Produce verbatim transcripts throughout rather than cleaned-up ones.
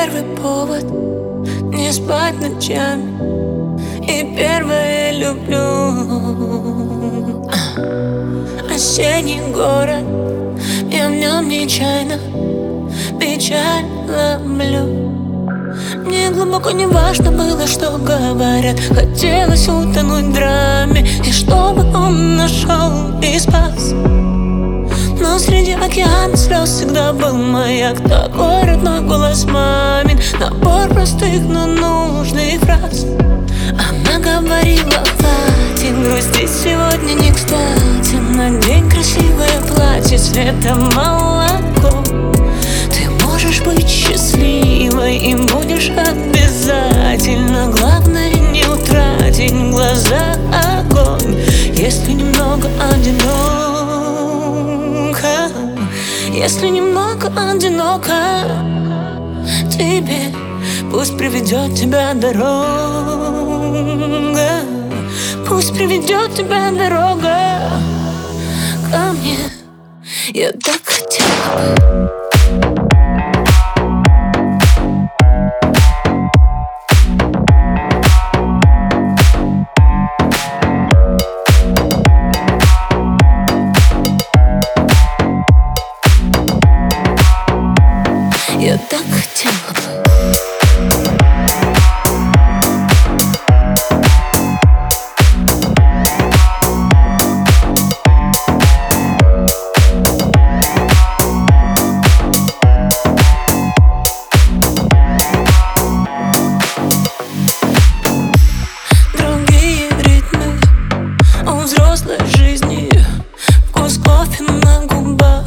первый повод не спать ночами, и первое люблю. Осенний город, я в нем нечаянно печаль ловлю. Мне глубоко не важно было, что говорят. Хотелось утонуть в драме, и чтобы он нашел и спас. Но среди океана слез всегда был маяк, такой родной голос мамин, набор простых, но нужных фраз. Она говорила: хватит грустить, сегодня не кстати. Надень красивое платье цвета молоко. Ты можешь быть счастливой, и будешь обязательно. Главное не утратить в глазах огонь, если немного одиноко. Если немного одиноко тебе, пусть приведет тебя дорога. Пусть приведет тебя дорога ко мне. Я так хотела бы. Я так хотела бы. Другие ритмы у взрослой жизни, вкус кофе на губах.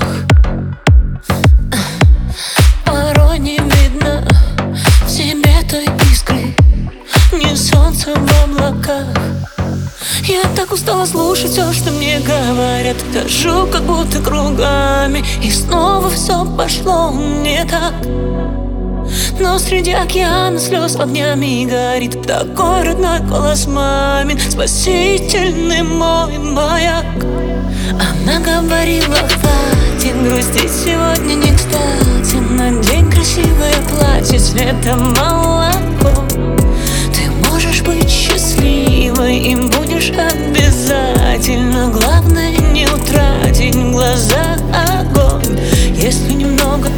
Не видно в себе той искры, ни солнца в облаках. Я так устала слушать все, что мне говорят. Хожу как будто кругами, и снова все пошло не так. Но среди океана слез огнями горит такой родной голос мамин, спасительный мой маяк. Она говорила: хватит грустить, сегодня не кстати. Надень красивое платье цвета молоко. Ты можешь быть счастливой, и будешь обязательно. Главное не утратить в глазах огонь, если немного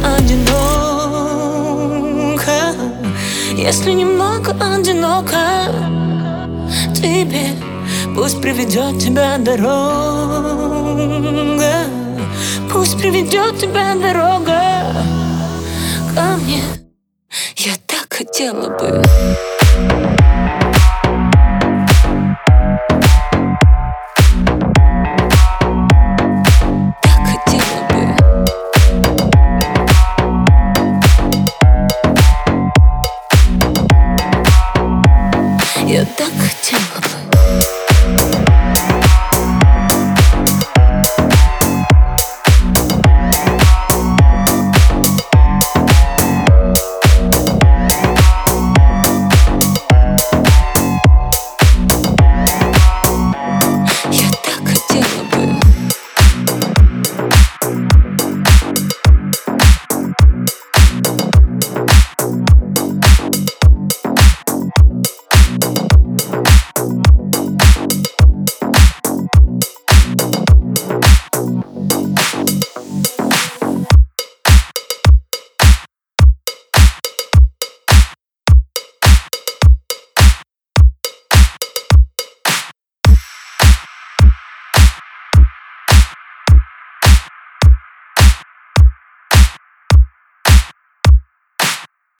одиноко. Если немного одиноко тебе, пусть приведет тебя дорога. Пусть приведет тебя дорога ко мне. Я так хотела бы.